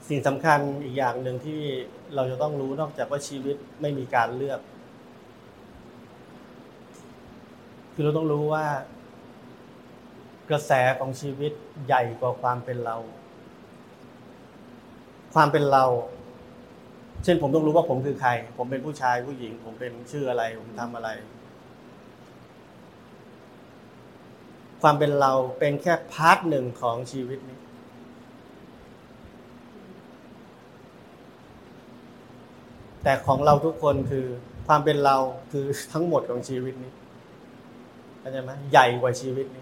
สิ่งสำคัญอีกอย่างหนึ่งที่เราจะต้องรู้นอกจากว่าชีวิตไม่มีการเลือกคือเราต้องรู้ว่ากระแสของชีวิตใหญ่กว่าความเป็นเราความเป็นเราเช่นผมต้องรู้ว่าผมคือใครผมเป็นผู้ชายผู้หญิงผมเป็นชื่ออะไรผมทำอะไรความเป็นเราเป็นแค่พาร์ทหนึ่งของชีวิตนี้แต่ของเราทุกคนคือความเป็นเราคือทั้งหมดของชีวิตนี้เข้าใจไหมใหญ่กว่าชีวิตนี้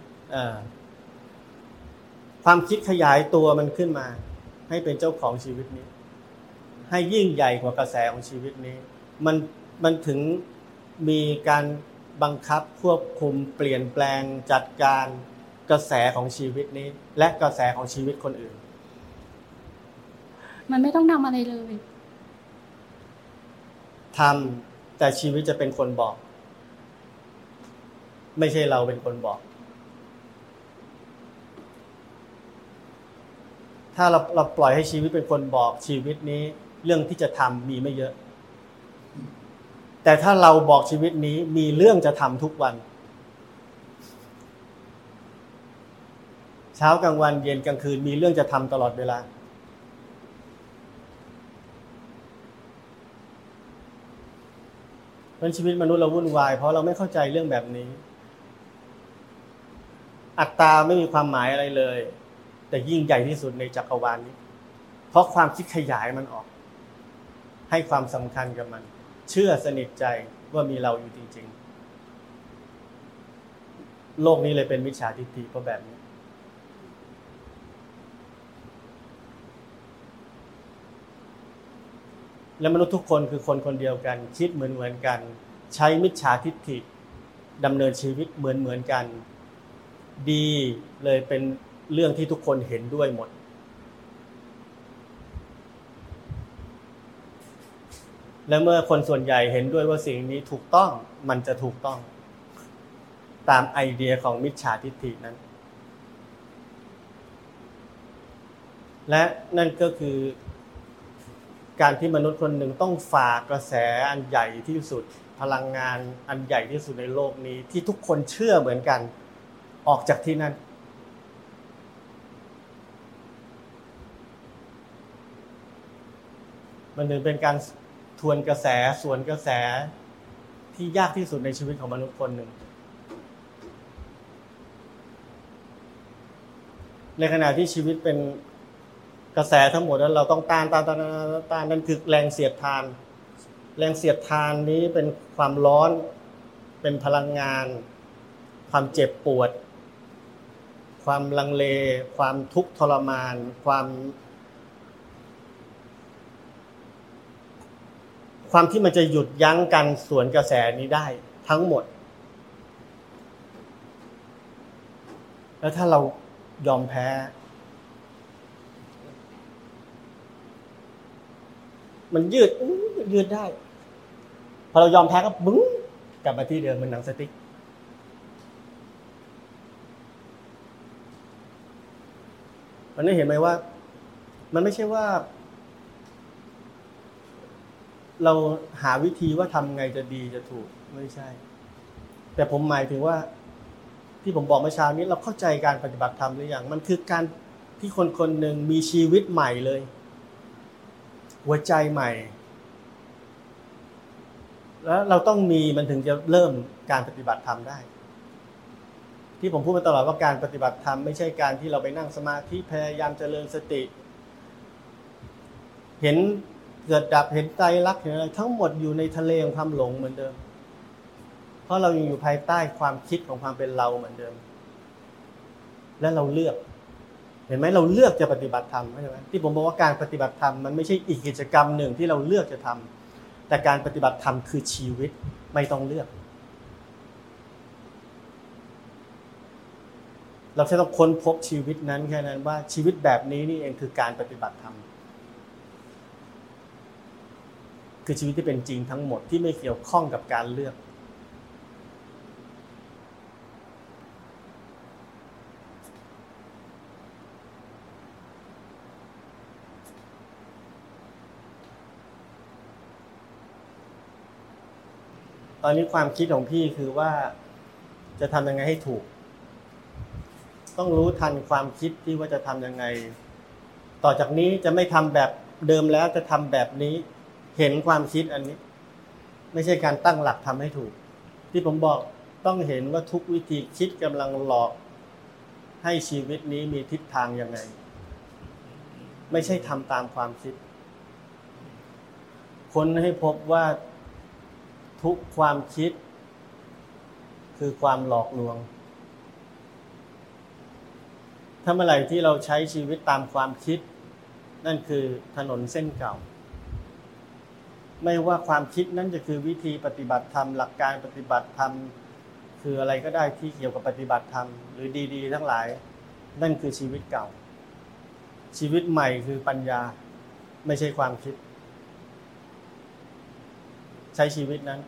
ความคิดขยายตัวมันขึ้นมาให้เป็นเจ้าของชีวิตนี้ให้ยิ่งใหญ่กว่ากระแสของชีวิตนี้มันถึงมีการบังคับควบคุมเปลี่ยนแปลงจัดการกระแสของชีวิตนี้และกระแสของชีวิตคนอื่นมันไม่ต้องทำอะไรเลยทำแต่ชีวิตจะเป็นคนบอกไม่ใช่เราเป็นคนบอกถ้าเราปล่อยให้ชีวิตเป็นคนบอกชีวิตนี้เรื่องที่จะทำมีไม่เยอะแต่ถ้าเราบอกชีวิตนี้มีเรื่องจะทำทุกวันเช้ากลางวันเย็นกลางคืนมีเรื่องจะทำตลอดเวลาเพราะชีวิตมนุษย์เราวุ่นวายเพราะเราไม่เข้าใจเรื่องแบบนี้อัตตาไม่มีความหมายอะไรเลยแต่ยิ่งใหญ่ที่สุดในจักรวาลนี้เพราะความคิดขยายมันออกให้ความสำคัญกับมันเชื่อสนิทใจว่ามีเราอยู่จริงๆโลกนี้เลยเป็นมิจฉาทิฏฐิเพราะแบบนี้และมนุษย์ทุกคนคือคนคนเดียวกันคิดเหมือนกันใช้มิจฉาทิฏฐิดำเนินชีวิตเหมือนกันดีเลยเป็นเรื่องที่ทุกคนเห็นด้วยหมดและเมื่อคนส่วนใหญ่เห็นด้วยว่าสิ่งนี้ถูกต้องมันจะถูกต้องตามไอเดียของมิจฉาทิฏฐินั้นและนั่นก็คือการที่มนุษย์คนหนึ่งต้องฝ่ากระแสอันใหญ่ที่สุดพลังงานอันใหญ่ที่สุดในโลกนี้ที่ทุกคนเชื่อเหมือนกันออกจากที่นั่นมันถึงเป็นการทวนกระแสสวนกระแสที่ยากที่สุดในชีวิตของมนุษย์คนหนึ่งในขณะที่ชีวิตเป็นกระแสทั้งหมดแล้วเราต้องต้านนั่นคือแรงเสียดทานแรงเสียดทานนี้เป็นความร้อนเป็นพลังงานความเจ็บปวดความลังเลความทุกข์ทรมานความที่มันจะหยุดยั้งกันสวนกระแสนี้ได้ทั้งหมดแล้วถ้าเรายอมแพ้มันยืดได้พอเรายอมแพ้ก็บึ้งกลับมาที่เดิมเหมือนหนังสติ๊กมันได้เห็นไหมว่ามันไม่ใช่ว่าเราหาวิธีว่าทำไงจะดีจะถูกไม่ใช่แต่ผมหมายถึงว่าที่ผมบอกเมื่อเช้านี้เราเข้าใจการปฏิบัติธรรมหรือยังมันคือการที่คนคนหนึ่งมีชีวิตใหม่เลยหัวใจใหม่แล้วเราต้องมีมันถึงจะเริ่มการปฏิบัติธรรมได้ที่ผมพูดมาตลอดว่าการปฏิบัติธรรมไม่ใช่การที่เราไปนั่งสมาธิพยายามเจริญสติเห็นเกิดดับเห็นไตรลักษณ์เห็นอะไรทั้งหมดอยู่ในทะเลของความหลงเหมือนเดิมเพราะเรายังอยู่ภายใต้ความคิดของความเป็นเราเหมือนเดิมและเราเลือกเห็นไหมเราเลือกจะปฏิบัติธรรมใช่ไหมที่ผมบอกว่าการปฏิบัติธรรมมันไม่ใช่อีกกิจกรรมหนึ่งที่เราเลือกจะทำแต่การปฏิบัติธรรมคือชีวิตไม่ต้องเลือกเราแค่ต้องค้นพบชีวิตนั้นแค่นั้นว่าชีวิตแบบนี้นี่เองคือการปฏิบัติธรรมคือชีวิตที่เป็นจริงทั้งหมดที่ไม่เกี่ยวข้องกับการเลือกอนนี้ความคิดของพี่คือว่าจะทำยังไงให้ถูกต้องรู้ทันความคิดที่ว่าจะทำยังไงต่อจากนี้จะไม่ทำแบบเดิมแล้วจะทำแบบนี้เห็นความคิดอันนี้ไม่ใช่การตั้งหลักทำให้ถูกที่ผมบอกต้องเห็นว่าทุกวิธีคิดกำลังหลอกให้ชีวิตนี้มีทิศทางยังไงไม่ใช่ทำตามความคิดค้นให้พบว่าทุกความคิดคือความหลอกลวงถ้าเมื่อไหร่ที่เราใช้ชีวิตตามความคิดนั่นคือถนนเส้นเก่าไม่ว่าความคิดนั้นจะคือวิธีปฏิบัติธรรมหลักการปฏิบัติธรรมคืออะไรก็ได้ที่เกี่ยวกับปฏิบัติธรรมหรือดีๆทั้งหลายนั่นคือชีวิตเก่าชีวิตใหม่คือปัญญาไม่ใช่ความคิดใช้ชีวิตนั้น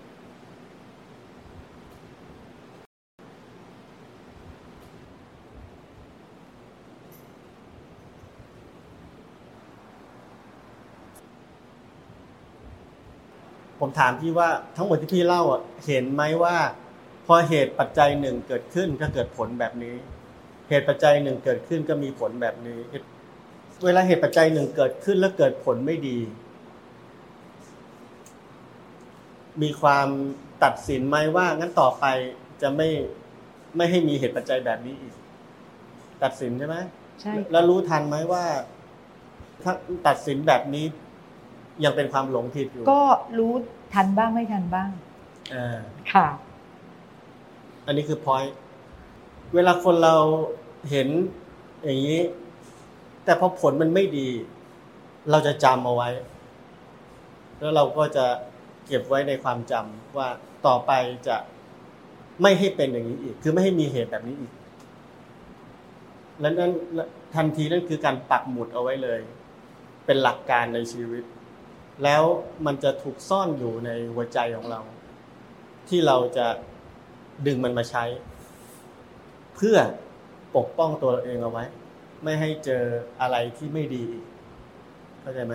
ผมถามพี่ว่าทั้งหมดที่พี่เล่าเห็นไหมว่าพอเหตุปัจจัยหนึ่งเกิดขึ้นก็เกิดผลแบบนี้เหตุปัจจัยหนึ่งเกิดขึ้นก็มีผลแบบนี้เวลาเหตุปัจจัยหนึ่งเกิดขึ้นแล้วเกิดผลไม่ดีมีความตัดสินไหมว่างั้นต่อไปจะไม่ให้มีเหตุปัจจัยแบบนี้อีกตัดสินใช่ไหมใช่แล้วรู้ทันไหมว่าถ้าตัดสินแบบนี้ยังเป็นความหลงผิดอยู่ก็รู้ทันบ้างไม่ทันบ้างค่ะอันนี้คือ point เวลาคนเราเห็นอย่างนี้แต่พอผลมันไม่ดีเราจะจำเอาไว้แล้วเราก็จะเก็บไว้ในความจำว่าต่อไปจะไม่ให้เป็นอย่างนี้อีกคือไม่ให้มีเหตุแบบนี้อีกแล้วนั้นทันทีนั่นคือการปักหมุดเอาไว้เลยเป็นหลักการในชีวิตแล้วมันจะถูกซ่อนอยู่ในหัวใจของเราที่เราจะดึงมันมาใช้เพื่อปกป้องตัวเราเองเอาไว้ไม่ให้เจออะไรที่ไม่ดีอีกเข้าใจไหม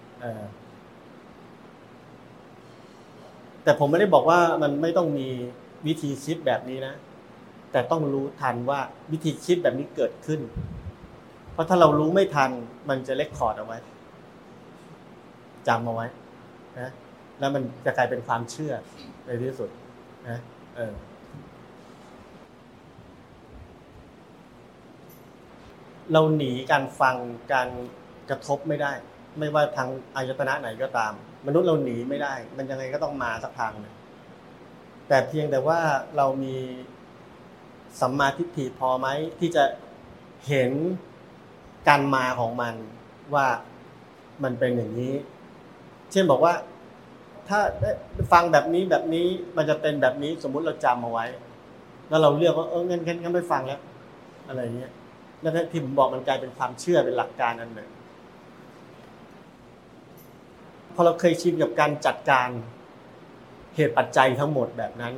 แต่ผมไม่ได้บอกว่ามันไม่ต้องมีวิธีคิดแบบนี้นะแต่ต้องรู้ทันว่าวิธีคิดแบบนี้เกิดขึ้นเพราะถ้าเรารู้ไม่ทันมันจะเรคคอร์ดเอาไว้จำเอาไว้นะแล้วมันจะกลายเป็นความเชื่อในที่สุดนะเราหนีการฟังการกระทบไม่ได้ไม่ว่าทางอายตนะไหนก็ตามมนุษย์เราหนีไม่ได้มันยังไงก็ต้องมาสักทางหนึ่งแต่เพียงแต่ว่าเรามีสัมมาทิฏฐิพอไหมที่จะเห็นการมาของมันว่ามันเป็นอย่างนี้เช่นบอกว่าถ้าฟังแบบนี้มันจะเป็นแบบนี้สมมุติเราจำเอาไว้แล้วเราเลือกว่างั้นไม่ฟังแล้วอะไรเงี้ยนั่นที่ผมบอกมันกลายเป็นความเชื่อเป็นหลักการอันหนึ่งพอเราเคยชินกับการจัดการเหตุปัจจัยทั้งหมดแบบนั้น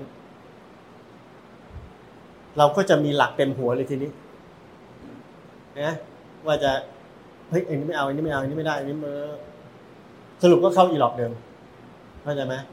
เราก็จะมีหลักเต็มหัวเลยทีนี้นะว่าจะเฮ้ยอันนี้ไม่เอาอันนี้ไม่เอาอันนี้ไม่ได้อันนี้สรุปก็เข้าอีหลอกเดิมเข้าใจไหม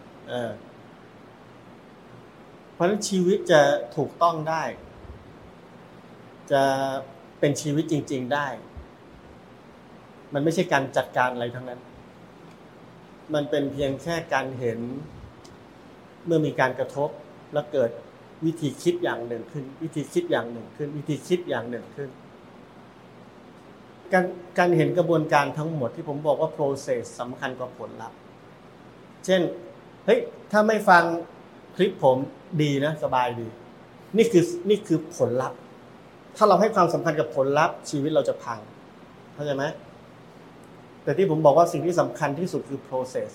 เพราะฉะนั้นชีวิตจะถูกต้องได้จะเป็นชีวิตจริงๆได้มันไม่ใช่การจัดการอะไรทั้งนั้นมันเป็นเพียงแค่การเห็นเมื่อมีการกระทบแล้วเกิดวิธีคิดอย่างหนึ่งขึ้นวิธีคิดอย่างหนึ่งขึ้นวิธีคิดอย่างหนึ่งขึ้นการเห็นกระบวนการทั้งหมดที่ผมบอกว่า process สำคัญกว่าผลลัพธ์เช่นเฮ้ยถ้าไม่ฟังคลิปผมดีนะสบายดีนี่คือผลลัพธ์ถ้าเราให้ความสำคัญกับผลลัพธ์ชีวิตเราจะพังเข้าใจไหมแต่ที่ผมบอกว่าสิ่งที่สำคัญที่สุดคือ process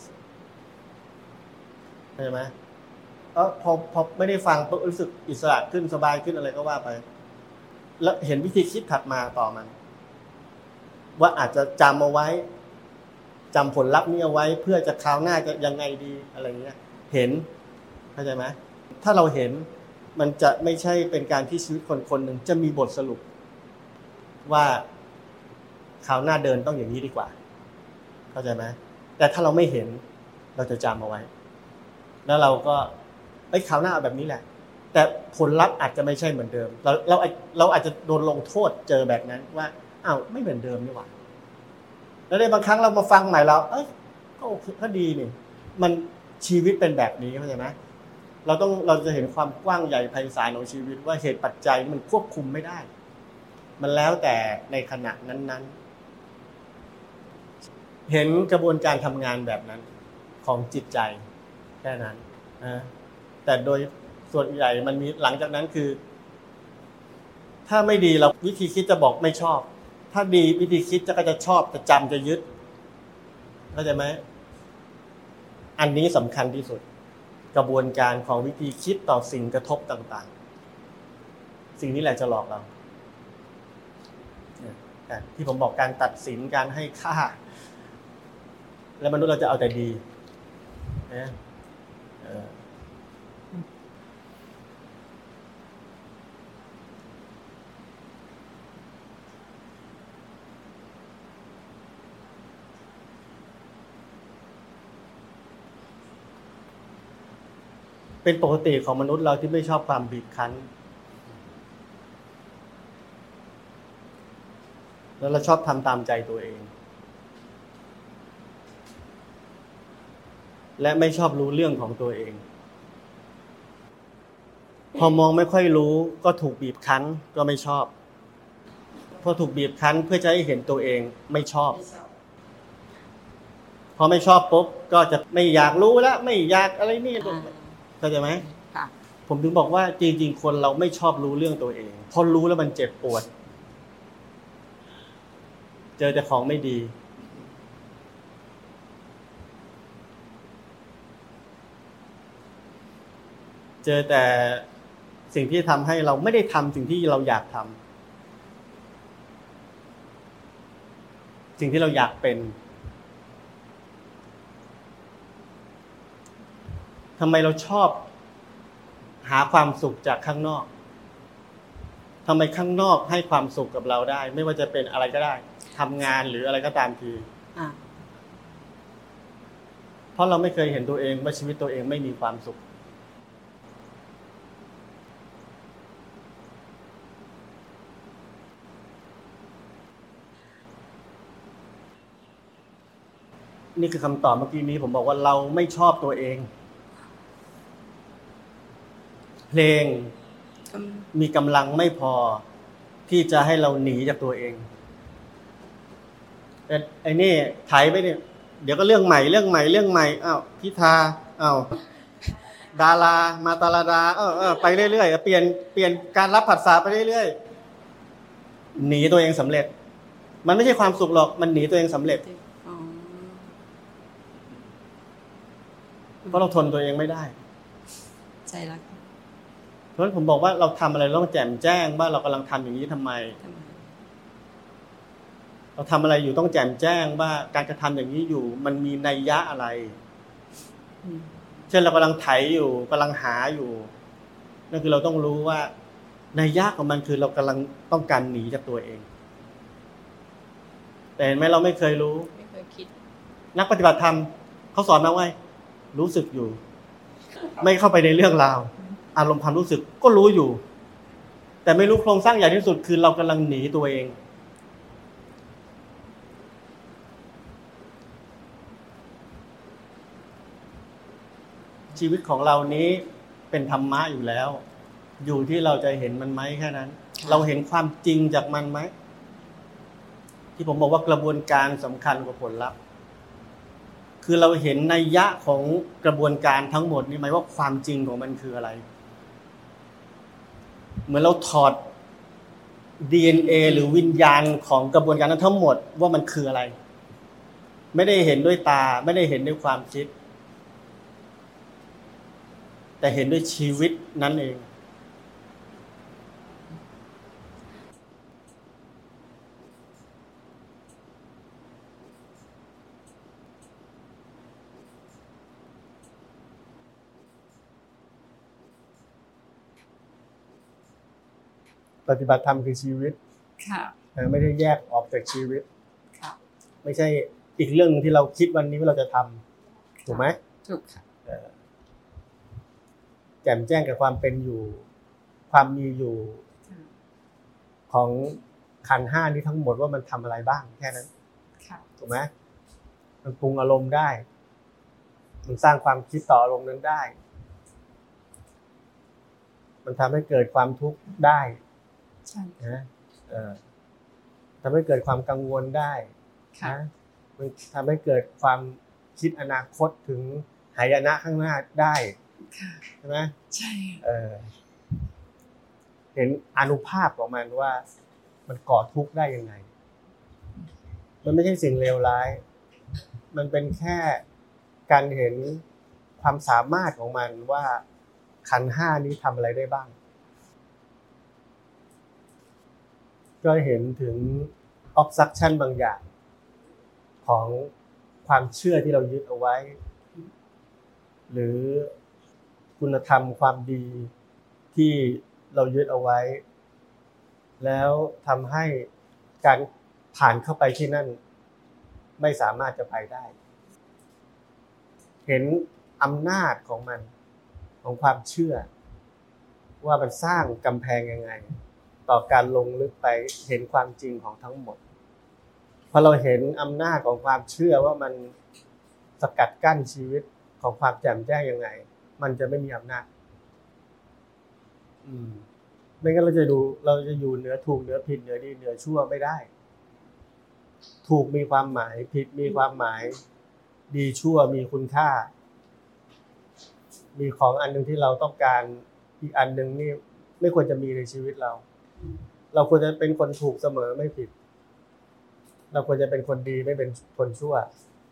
เข้าใจไหมพอไม่ได้ฟังก็รู้สึกอิสระขึ้นสบายขึ้นอะไรก็ว่าไปแล้วเห็นวิธีคิดถัดมาต่อมันว่าอาจจะจำเอาไว้จำผลลัพธ์นี้เอาไว้เพื่อจะคราวหน้าจะยังไงดีอะไรเงี้ยเห็นเข้าใจไหมถ้าเราเห็นมันจะไม่ใช่เป็นการที่ชีวิตคนหนึ่งจะมีบทสรุปว่าคราวหน้าเดินต้องอย่างนี้ดีกว่าเข้าใจไหมแต่ถ้าเราไม่เห็นเราจะจำเอาไว้แล้วเราก็คราวหน้าเอาแบบนี้แหละแต่ผลลัพธ์อาจจะไม่ใช่เหมือนเดิมเราอาจจะโดนลงโทษเจอแบบนั้นว่าอ้าวไม่เหมือนเดิมนี่หว่าแล้วในบางครั้งเรามาฟังใหม่เราก็โอเคก็ดีนี่มันชีวิตเป็นแบบนี้เข้าใจไหมเราจะเห็นความกว้างใหญ่ไพศาลของชีวิตว่าเหตุปัจจัยมันควบคุมไม่ได้มันแล้วแต่ในขณะนั้นๆเห็นกระบวนการทำงานแบบนั้นของจิตใจแค่นั้นนะแต่โดยส่วนใหญ่มันมีหลังจากนั้นคือถ้าไม่ดีเราวิธีคิดจะบอกไม่ชอบถ้าดีวิธีคิดก็จะชอบจะจำจะยึดเข้าใจไหมอันนี้สำคัญที่สุดกระบวนการของวิธีคิดต่อสิ่งกระทบต่างๆสิ่งนี้แหละจะหลอกเราที่ผมบอกการตัดสินการให้ค่าแล้วมนุษย์เราจะเอาแต่ดีนะเป็นปกติของมนุษย์เราที่ไม่ชอบความบีบคั้นแล้วเราชอบทำตามใจตัวเองและไม่ชอบรู้เรื่องของตัวเองพอมองไม่ค่อยรู้ก็ถูกบีบคั้นก็ไม่ชอบพอถูกบีบคั้นเพื่อจะให้เห็นตัวเองไม่ชอบพอไม่ชอบปุ๊บก็จะไม่อยากรู้แล้วไม่อยากอะไรนี่เข้าใจไหมผมถึงบอกว่าจริงๆคนเราไม่ชอบรู้เรื่องตัวเองพอรู้แล้วมันเจ็บปวดเจอแต่ของไม่ดีเจอแต่สิ่งที่ทำให้เราไม่ได้ทำสิ่งที่เราอยากทำสิ่งที่เราอยากเป็นทำไมเราชอบหาความสุขจากข้างนอกทำไมข้างนอกให้ความสุขกับเราได้ไม่ว่าจะเป็นอะไรก็ได้ทำงานหรืออะไรก็ตามทีเพราะเราไม่เคยเห็นตัวเองว่าชีวิตตัวเองไม่มีความสุขนี่คือคำตอบเมื่อกี้นี้ผมบอกว่าเราไม่ชอบตัวเองเพลงมีกำลังไม่พอที่จะให้เราหนีจากตัวเองไอ้นี่ไถไปเนี่ยเดี๋ยวก็เรื่องใหม่อ้าวพิธาอ้าวดารามาตาลาดาไปเรื่อยๆเปลี่ยนการรับผัสสะไปเรื่อยๆหนีตัวเองสำเร็จมันไม่ใช่ความสุขหรอกมันหนีตัวเองสำเร็จเพราะเราทนตัวเองไม่ได้ใช่แล้วเพราะฉะนั้นผมบอกว่าเราทำอะไรต้องแจ่มแจ้งว่าเรากำลังทำอย่างนี้ทำไมเราทำอะไรอยู่ต้องแจ่มแจ้งว่าการกระทำอย่างนี้อยู่มันมีนัยยะอะไรเช่นเรากำลังไถอยู่กำลังหาอยู่นั่นคือเราต้องรู้ว่านัยยะของมันคือเรากำลังต้องการหนีจากตัวเองแต่เห็นไหมเราไม่เคยรู้ไม่เคยคิดนักปฏิบัติธรรมเขาสอนมาไว้รู้สึกอยู่ไม่เข้าไปในเรื่องราวอารมณ์ความรู้สึกก็รู้อยู่แต่ไม่รู้โครงสร้างใหญ่ที่สุดคือเรากำลังหนีตัวเองชีวิตของเรานี้เป็นธรรมะอยู่แล้วอยู่ที่เราจะเห็นมันไหมแค่นั้นเราเห็นความจริงจากมันไหมที่ผมบอกว่ากระบวนการสำคัญกว่าผลลัพธ์คือเราเห็นนัยยะของกระบวนการทั้งหมดนี่ไหมว่าความจริงของมันคืออะไรเหมือนเราถอด DNA หรือวิญญาณของกระบวนการนั้นทั้งหมดว่ามันคืออะไรไม่ได้เห็นด้วยตาไม่ได้เห็นด้วยความคิดแต่เห็นด้วยชีวิตนั้นเองปฏิบัติธรรมคือชีวิตไม่ได้แยกออกจากชีวิตไม่ใช่อีกเรื่องนึงที่เราคิดวันนี้ว่าเราจะทำถูกไหมถูกค่ะแจ่มแจ้งกับความเป็นอยู่ความมีอยู่ของขันธ์ห้านี้ทั้งหมดว่ามันทำอะไรบ้างแค่นั้นถูกไหมมันปรุงอารมณ์ได้มันสร้างความคิดต่ออารมณ์นั้นได้มันทำให้เกิดความทุกข์ได้นะทำให้เกิดความกังวลได้นะมันทำให้เกิดความคิดอนาคตถึงหายนะข้างหน้าได้ใช่ไหมใช่เห็นอานุภาพของมันว่ามันก่อทุกข์ได้ยังไงมันไม่ใช่สิ่งเลวร้ายมันเป็นแค่การเห็นความสามารถของมันว่าขันธ์ห้านี้ทำอะไรได้บ้างก็เห็นถึง obstruction บางอย่างของความเชื่อที่เรายึดเอาไว้หรือคุณธรรมความดีที่เรายึดเอาไว้แล้วทำให้การผ่านเข้าไปที่นั่นไม่สามารถจะไปได้เห็นอำนาจของมันของความเชื่อว่ามันสร้างกำแพงยังไงต่อการลงลึกไปเห็นความจริงของทั้งหมดพอเราเห็นอำนาจของความเชื่อว่ามันสกัดกั้นชีวิตของความแจ่มแจ้งยังไงมันจะไม่มีอำนาจไม่งั้นเราจะอยู่เหนือถูกเหนือผิดเหนือดีเหนือชั่วไม่ได้ถูกมีความหมายผิดมีความหมายดีชั่วมีคุณค่ามีของอันนึงที่เราต้องการอีกอันนึงนี่ไม่ควรจะมีในชีวิตเราควรจะเป็นคนถูกเสมอไม่ผิดเราควรจะเป็นคนดีไม่เป็นคนชั่ว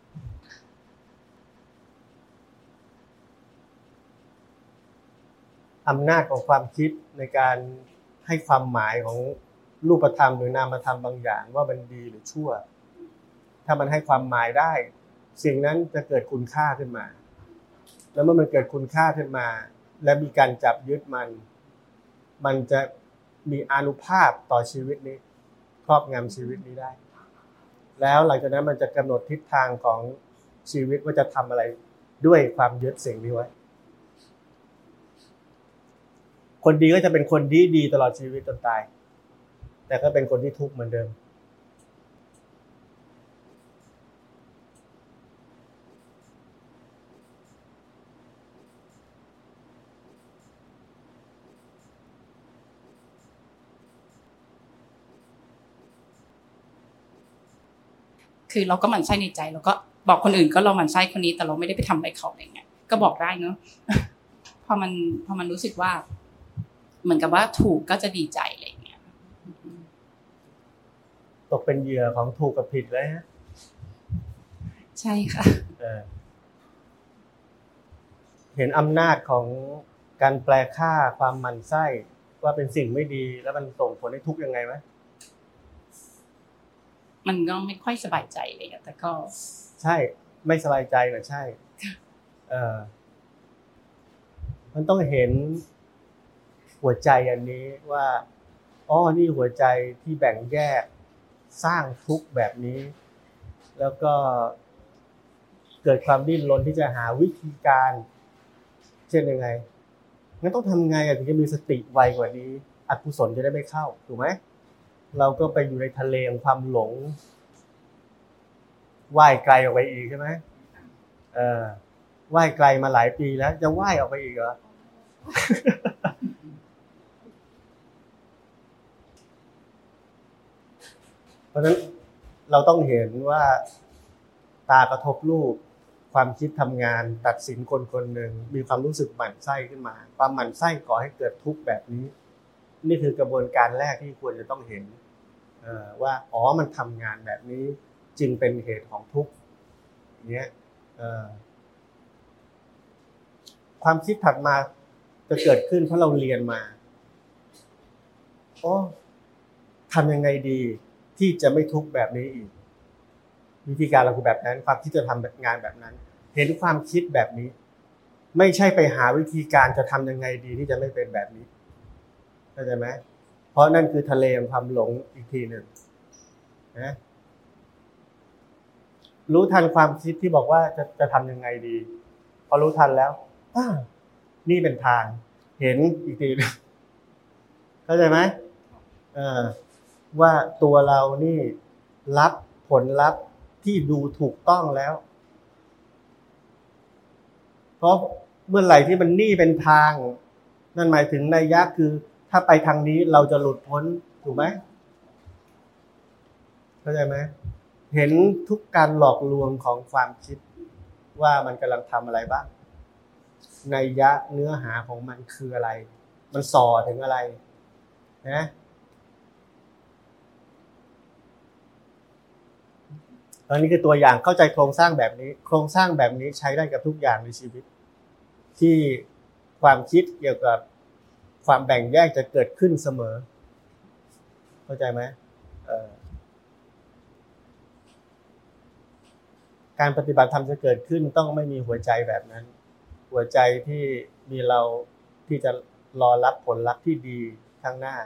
อำนาจของความคิดในการให้ความหมายของรูปธรรมหรือนามธรรมบางอย่างว่ามันดีหรือชั่วถ้ามันให้ความหมายได้สิ่งนั้นจะเกิดคุณค่าขึ้นมาแล้วเมื่อมันเกิดคุณค่าขึ้นมาและมีการจับยึดมันจะมีอานุภาพต่อชีวิตนี้ครอบงำชีวิตนี้ได้แล้วหลังจากนั้นมันจะกำหนดทิศทางของชีวิตว่าจะทำอะไรด้วยความยึดสิ่งนี้ไว้คนดีก็จะเป็นคนดีตลอดชีวิตจนตายแต่ก็เป็นคนที่ทุกข์เหมือนเดิมคือเราก็หมั่นไส้ในใจเราก็บอกคนอื่นก็เราหมั่นไส้คนนี้แต่เราไม่ได้ไปทำอะไรเขาอะไรเงี้ยก็บอกได้เนอะพอมันรู้สึกว่าเหมือนกับว่าถูกก็จะดีใจอะไรเงี้ยตกเป็นเหยื่อของถูกกับผิดเลยฮะใช่ค่ะเห็นอำนาจของการแปลค่าความหมั่นไส้ว่าเป็นสิ่งไม่ดีแล้วมันส่งผลให้ทุกข์ยังไงไหมมันก็ไม่ค่อยสบายใจเลยแต่ก็ใช่ไม่สบายใจนะใช่มันต้องเห็นหัวใจอันนี้ว่านี่หัวใจที่แบ่งแยกสร้างทุกข์แบบนี้แล้วก็เกิดความดิ้นรนที่จะหาวิธีการเช่นยังไงงั้นต้องทำไงถึงจะมีสติไวกว่านี้อกุศลจะได้ไม่เข้าถูกไหมเราก็ไปอยู่ในทะเลของความหลงว่ายไกลออกไปอีกใช่ไหมว่ายไกลมาหลายปีแล้วจะว่ายออกไปอีกเหรอ เพราะฉะนั้นเราต้องเห็นว่าตากระทบรูปความคิดทำงานตัดสินคนคนหนึ่งมีความรู้สึกหมั่นไส้ขึ้นมาความหมั่นไส้ก่อให้เกิดทุกข์แบบนี้นี่คือกระบวนการแรกที่ควรจะต้องเห็นว่ามันทำงานแบบนี้จึงเป็นเหตุของทุกข์อย่างเงี้ยความคิดถัดมาจะเกิดขึ้นเพราะเราเรียนมาทำยังไงดีที่จะไม่ทุกข์แบบนี้อีกวิธีการเราคือแบบนั้นความคิดจะทำงานแบบนั้นเห็นความคิดแบบนี้ไม่ใช่ไปหาวิธีการจะทำยังไงดีที่จะไม่เป็นแบบนี้เข้าใจไหมเพราะนั่นคือทะเลของความหลงอีกทีหนึ่งนะรู้ทันความคิดที่บอกว่าจะทำยังไงดีพอรู้ทันแล้วนี่เป็นทางเห็นอีกทีเข้าใจไหมว่าตัวเรานี่รับผลลัพธ์ที่ดูถูกต้องแล้วเพราะเมื่อไหร่ที่มันนี่เป็นทางนั่นหมายถึงนัยยะคือถ้าไปทางนี้เราจะหลุดพ้นถูกไหมเข้าใจไหมเห็นทุกการหลอกลวงของความคิดว่ามันกำลังทำอะไรบ้างนัยยะเนื้อหาของมันคืออะไรมันส่อถึงอะไรนะอันนี้คือตัวอย่างเข้าใจโครงสร้างแบบนี้โครงสร้างแบบนี้ใช้ได้กับทุกอย่างในชีวิตที่ความคิดเกี่ยวกับความแบ่งแยกจะเกิดขึ้นเสมอเข้าใจไหมการปฏิบัติธรรมจะเกิดขึ้นต้องไม่มีหัวใจแบบนั้นหัวใจที่มีเราที่จะรอรับผลลัพธ์ที่ดีข้างหน้า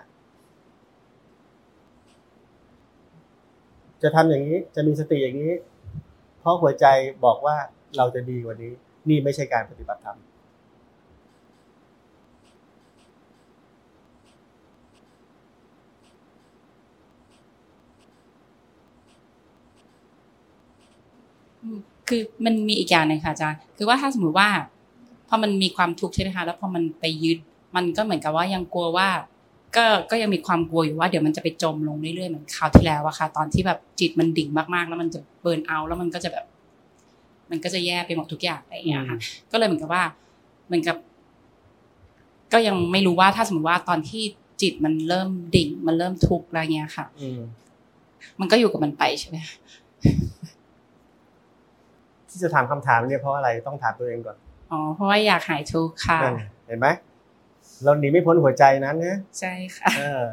จะทำอย่างนี้จะมีสติอย่างนี้เพราะหัวใจบอกว่าเราจะดีกว่านี้นี่ไม่ใช่การปฏิบัติธรรมคือมันมีอีกอย่างหนึ่งค่ะอาจารย์คือว่าถ้าสมมติว่าพอมันมีความทุกข์ใช่ไหมคะแล้วพอมันไปยึดมันก็เหมือนกับว่ายังกลัวว่าก็ยังมีความกลัวอยู่ว่าเดี๋ยวมันจะไปจมลงเรื่อยๆเหมือนคราวที่แล้วอะค่ะตอนที่แบบจิตมันดิ่งมากๆแล้วมันจะเบิร์นเอาท์แล้วมันก็จะแบบมันก็จะแย่ไปหมดทุกอย่างอะไรอย่างเงี้ยค่ะก็เลยเหมือนกับว่าเหมือนกับก็ยังไม่รู้ว่าถ้าสมมติว่าตอนที่จิตมันเริ่มดิ่งมันเริ่มทุกข์อะไรเงี้ยค่ะมันก็อยู่กับมันไปใช่ไหมที่จะถามคำถามเนี่ยเพราะอะไรต้องถามตัวเองก่อนเพราะว่าอยากหายทุกข์ค่ะเห็นไหมเราหนีไม่พ้นหัวใจนั้นนะใช่ค่ะ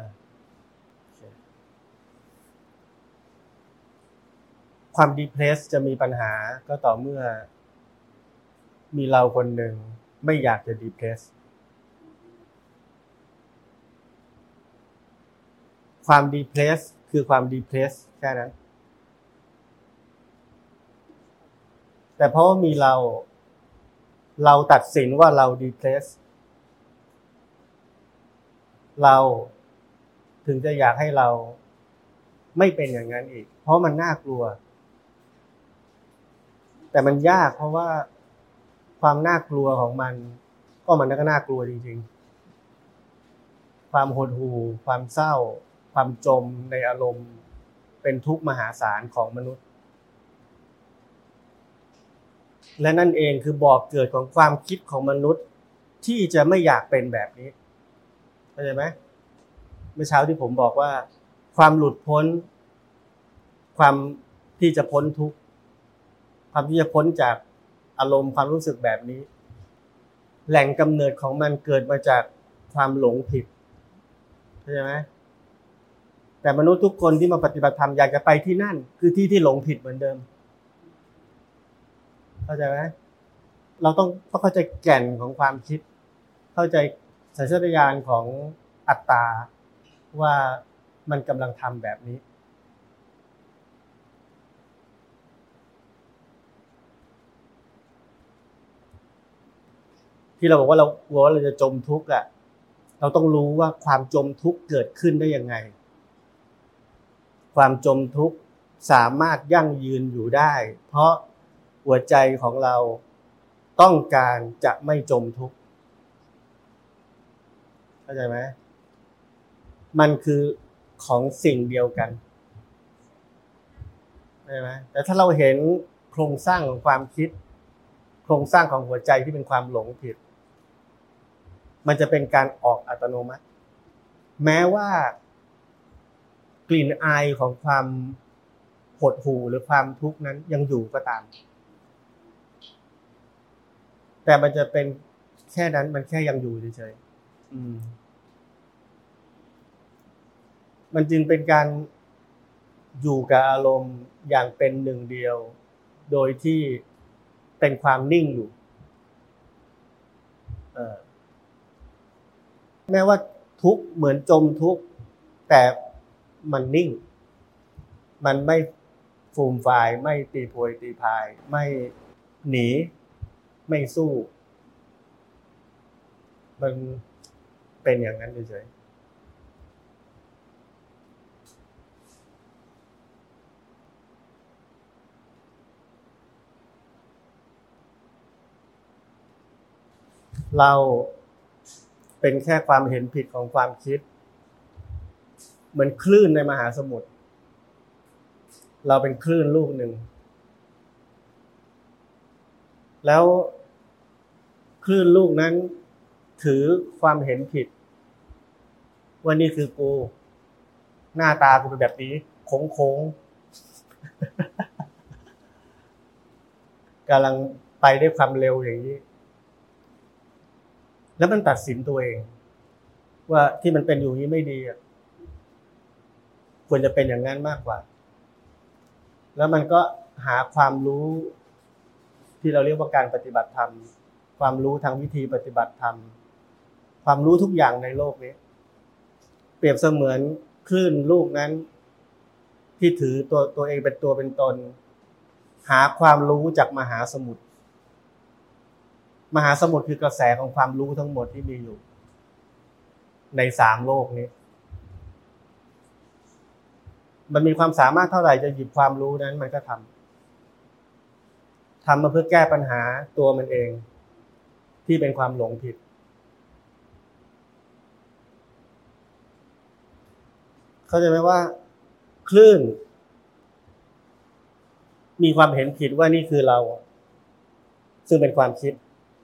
ความดีเพรสจะมีปัญหาก็ต่อเมื่อมีเราคนหนึ่งไม่อยากจะดีเพรสความดีเพรสคือความดีเพรสแค่นั้นแต่เพราะว่ามีเราตัดสินว่าเราดีเพรสเราถึงจะอยากให้เราไม่เป็นอย่างนั้นอีกเพราะมันน่ากลัวแต่มันยากเพราะว่าความน่ากลัวของมันก็น่ากลัวจริงๆความหดหู่ความเศร้าความจมในอารมณ์เป็นทุกข์มหาศาลของมนุษย์และนั่นเองคือบ่อเกิดของความคิดของมนุษย์ที่จะไม่อยากเป็นแบบนี้เข้าใจไหมเมื่อเช้าที่ผมบอกว่าความหลุดพ้นความที่จะพ้นทุกข์ความที่จะพ้นจากอารมณ์ความรู้สึกแบบนี้แหล่งกำเนิดของมันเกิดมาจากความหลงผิดเข้าใจไหมแต่มนุษย์ทุกคนที่มาปฏิบัติธรรมอยากจะไปที่นั่นคือที่หลงผิดเหมือนเดิมเข้าใจไหมเราต้องเข้าใจแก่นของความคิดเข้าใจสัญชาตญาณของอัตตาว่ามันกำลังทำแบบนี้ที่เราบอกว่าเรากลัวว่าเราจะจมทุกข์อ่ะเราต้องรู้ว่าความจมทุกข์เกิดขึ้นได้ยังไงความจมทุกข์สามารถยั่งยืนอยู่ได้เพราะหัวใจของเราต้องการจะไม่จมทุกข์เข้าใจไหมมันคือของสิ่งเดียวกันใช่ไหมแต่ถ้าเราเห็นโครงสร้างของความคิดโครงสร้างของหัวใจที่เป็นความหลงผิดมันจะเป็นการออกอัตโนมัติแม้ว่ากลิ่นอายของความหดหู่หรือความทุกข์นั้นยังอยู่ก็ตามแต่มันจะเป็นแค่นั้นมันแค่ยังอยู่เฉยๆมันจึงเป็นการอยู่กับอารมณ์อย่างเป็นหนึ่งเดียวโดยที่เป็นความนิ่งอยู่แม้ว่าทุกข์เหมือนจมทุกข์แต่มันนิ่งมันไม่ฟูมฟายไม่ตีโพยตีพายไม่หนีไม่สู้มันเป็นอย่างนั้นเฉยๆเราเป็นแค่ความเห็นผิดของความคิดเหมือนคลื่นในมหาสมุทรเราเป็นคลื่นลูกหนึ่งแล้วคลื่นลูกนั้นถือความเห็นผิดว่านี่คือกูหน้าตากูเป็นแบบนี้โค้งๆกำลังไปด้วยความเร็วอย่างนี้แล้วมันตัดสินตัวเองว่าที่มันเป็นอยู่นี้ไม่ดีควรจะเป็นอย่างนั้นมากกว่าแล้วมันก็หาความรู้ที่เราเรียกว่าการปฏิบัติธรรมความรู้ทางวิธีปฏิบัติธรรมความรู้ทุกอย่างในโลกนี้เปรียบเสมือนคลื่นลูกนั้นที่ถือตัวเองเป็นตัวเป็นตนหาความรู้จากมหาสมุทรมหาสมุทรคือกระแสของความรู้ทั้งหมดที่มีอยู่ใน3โลกนี้มันมีความสามารถเท่าไหร่จะหยิบความรู้นั้นมันก็ทำมาเพื่อแก้ปัญหาตัวมันเองที่เป็นความหลงผิดเข้าใจไหมว่าคลื่นมีความเห็นผิดว่านี่คือเราซึ่งเป็นความคิด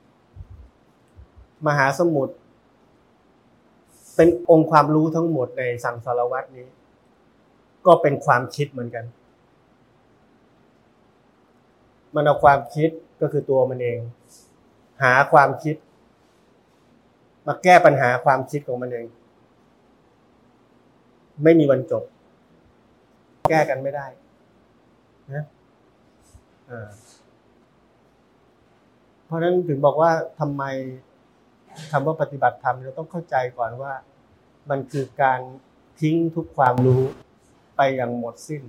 มหาสมุทรเป็นองค์ความรู้ทั้งหมดในสังสารวัฏนี้ก็เป็นความคิดเหมือนกันมันเอาความคิดก็คือตัวมันเองหาความคิดมาแก้ปัญหาความคิดของมันเองไม่มีวันจบแก้กันไม่ได้นะเพราะฉะนั้นถึงบอกว่าทำไมคำว่าปฏิบัติธรรมเราต้องเข้าใจก่อนว่ามันคือการทิ้งทุกความรู้ไปอย่างหมดสิ้น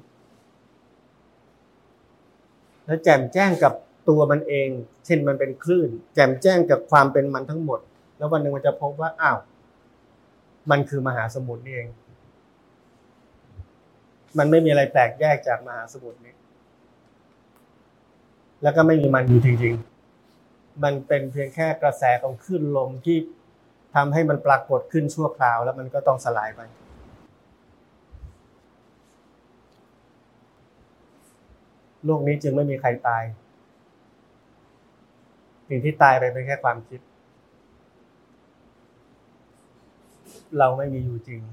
แล้วแจ่มแจ้งกับตัวมันเองเช่นมันเป็นคลื่นแจ่มแจ้งกับความเป็นมันทั้งหมดแล้ววันหนึ่งมันจะพบว่าอ้าวมันคือมหาสมุทรนี่เองมันไม่มีอะไรแปลกแยกจากมหาสมุทรนี้แล้วก็ไม่มีมันอยู่จริงๆมันเป็นเพียงแค่กระแสของคลื่นลมที่ทำให้มันปรากฏขึ้นชั่วคราวแล้วมันก็ต้องสลายไปโลกนี้จึงไม่มีใครตายสิ่งที่ตายไปเป็นแค่ความคิดเราไม่มีอยู่จริง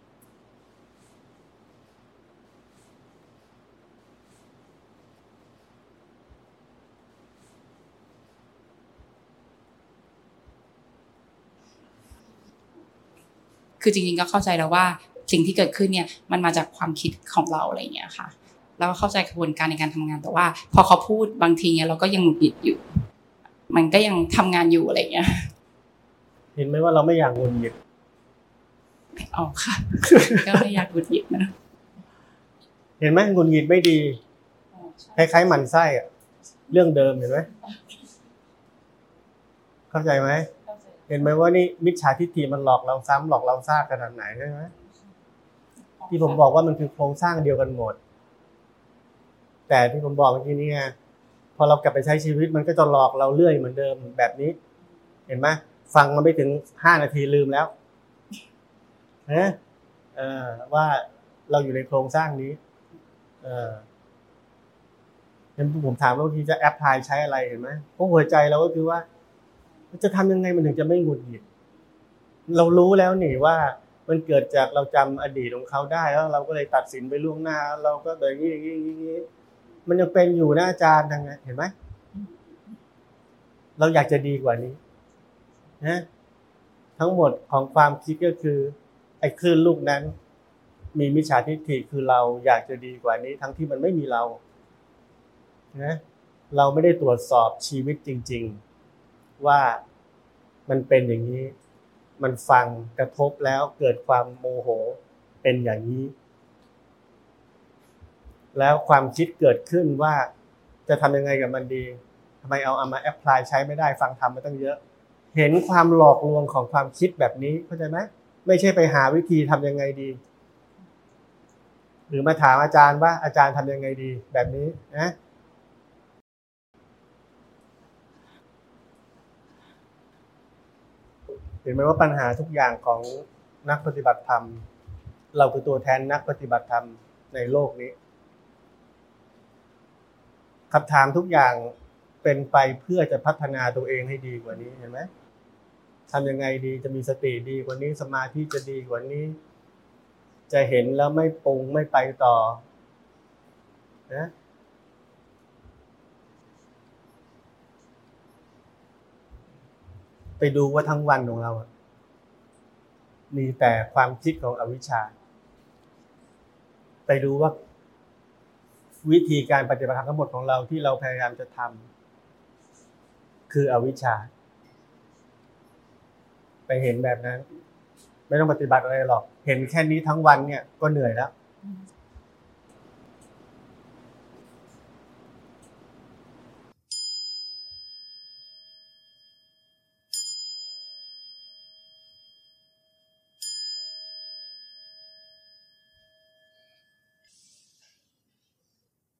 คือจริงๆก็เข้าใจแล้วว่าสิ่งที่เกิดขึ้นเนี่ยมันมาจากความคิดของเราอะไรอย่างเงี้ยค่ะแล้วเข้าใจกระบวนการในการทำงานแต่ว่าพอเขาพูดบางทีเนี่ยเราก็ยังหงุดหงิดอยู่มันก็ยังทำงานอยู่อะไรอย่างเงี้ยเห็นไหมว่าเราไม่อยากหงุดหงิดอ๋อค่ะก็ไม่อยากหงุดหงิดนะเห็นไหมหงุดหงิดไม่ดีคล้ายๆหมั่นไส้เรื่องเดิมเห็นไหมเข้าใจไหมเห็นไหมว่านี่มิจฉาทิฏฐิมันหลอกเราซ้ำหลอกเราซากขนาดไหนใช่ไหมที่ผมบอกว่ามันคือโครงสร้างเดียวกันหมดแต่ที่ผมบอกเมื่อกี้นี่ไงพอเรากลับไปใช้ชีวิตมันก็จะหลอกเราเรื่อยเหมือนเดิมแบบนี้เห็นไหมฟังมาไม่ถึง5 นาทีลืมแล้วว่าเราอยู่ในโครงสร้างนี้เห็นผมถามว่าที่จะแอปพลายใช้อะไรเห็นไหมเพราะหัวใจเราก็คือว่าจะทำยังไงมันถึงจะไม่หงุดหงิดเรารู้แล้วนี่ว่ามันเกิดจากเราจำอดีตของเขาได้แล้วเราก็เลยตัดสินไปล่วงหน้าเราก็แบบนี้มันยังเป็นอยู่นะอาจารย์ทางนั้นเห็นไหมเราอยากจะดีกว่านี้นะทั้งหมดของความคิดก็คือไอ้คลื่นลูกนั้นมีมิจฉาทิฏฐิคือเราอยากจะดีกว่านี้ทั้งที่มันไม่มีเรานะเราไม่ได้ตรวจสอบชีวิตจริงๆว่ามันเป็นอย่างนี้มันฟังกระทบแล้วเกิดความโมโหเป็นอย่างนี้แล้วความคิดเกิดขึ้นว่าจะทำยังไงกับมันดีทำไมเอามาแอพพลายใช้ไม่ได้ฟังธรรมมาตั้งเยอะเห็นความหลอกลวงของความคิดแบบนี้เข้าใจไหมไม่ใช่ไปหาวิธีทำยังไงดีหรือมาถามอาจารย์ว่าอาจารย์ทำยังไงดีแบบนี้นะเห็นไหมว่าปัญหาทุกอย่างของนักปฏิบัติธรรมเราคือตัวแทนนักปฏิบัติธรรมในโลกนี้คำถามทุกอย่างเป็นไปเพื่อจะพัฒนาตัวเองให้ดีกว่านี้เห็นไหมทำยังไงดีจะมีสติดีกว่านี้สมาธิจะดีกว่านี้จะเห็นแล้วไม่ปรุงไม่ไปต่อนะไปดูว่าทั้งวันของเรามีแต่ความคิดของอวิชชาไปดูว่าวิธีการปฏิบัติธรรมทั้งหมดของเราที่เราพยายามจะทำคืออวิชชาไปเห็นแบบนั้นไม่ต้องปฏิบัติอะไรหรอกเห็นแค่นี้ทั้งวันเนี่ยก็เหนื่อยแล้ว